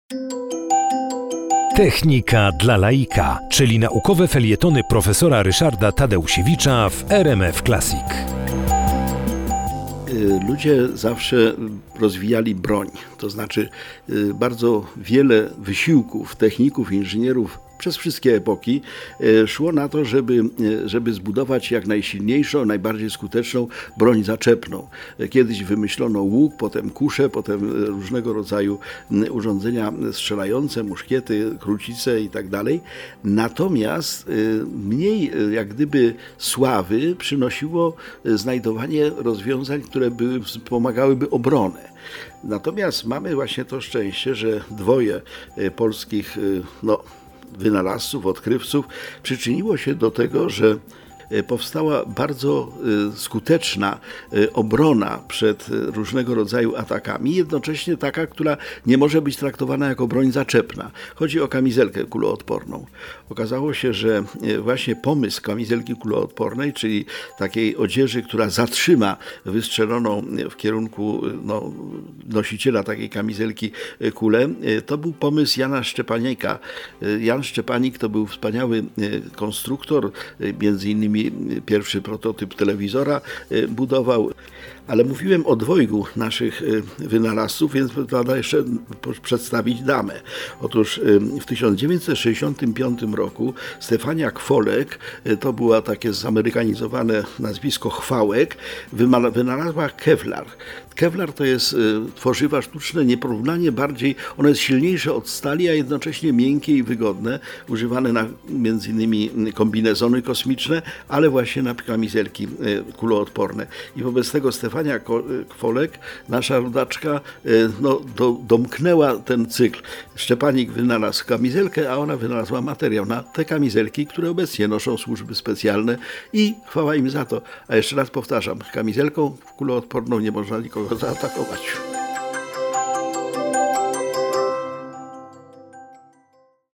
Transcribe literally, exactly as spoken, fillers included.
Technika dla laika, czyli naukowe felietony profesora Ryszarda Tadeusiewicza w R M F Classic. Ludzie zawsze rozwijali broń, to znaczy bardzo wiele wysiłków techników, inżynierów przez wszystkie epoki szło na to, żeby, żeby zbudować jak najsilniejszą, najbardziej skuteczną broń zaczepną. Kiedyś wymyślono łuk, potem kusze, potem różnego rodzaju urządzenia strzelające, muszkiety, krucice i tak dalej. Natomiast mniej jak gdyby sławy przynosiło znajdowanie rozwiązań, które by wspomagałyby obronę. Natomiast mamy właśnie to szczęście, że dwoje polskich no, wynalazców, odkrywców przyczyniło się do tego, że powstała bardzo skuteczna obrona przed różnego rodzaju atakami, jednocześnie taka, która nie może być traktowana jako broń zaczepna. Chodzi o kamizelkę kuloodporną. Okazało się, że właśnie pomysł kamizelki kuloodpornej, czyli takiej odzieży, która zatrzyma wystrzeloną w kierunku no, nosiciela takiej kamizelki kulę, to był pomysł Jana Szczepanika. Jan Szczepanik to był wspaniały konstruktor, między innymi pierwszy prototyp telewizora budował. Ale mówiłem o dwojgu naszych wynalazców, więc trzeba jeszcze przedstawić damę. Otóż w tysiąc dziewięćset sześćdziesiątym piątym roku Stefania Kwolek, to było takie zamerykanizowane nazwisko Chwałek, wynalazła Kevlar. Kevlar to jest tworzywa sztuczne, nieporównanie bardziej, ono jest silniejsze od stali, a jednocześnie miękkie i wygodne, używane na między innymi kombinezony kosmiczne, ale właśnie na kamizelki kuloodporne. I wobec tego Stefania Kwolek, nasza rodaczka, no, do, domknęła ten cykl. Szczepanik wynalazł kamizelkę, a ona wynalazła materiał na te kamizelki, które obecnie noszą służby specjalne i chwała im za to. A jeszcze raz powtarzam, kamizelką kuloodporną nie można nikogo zaatakować.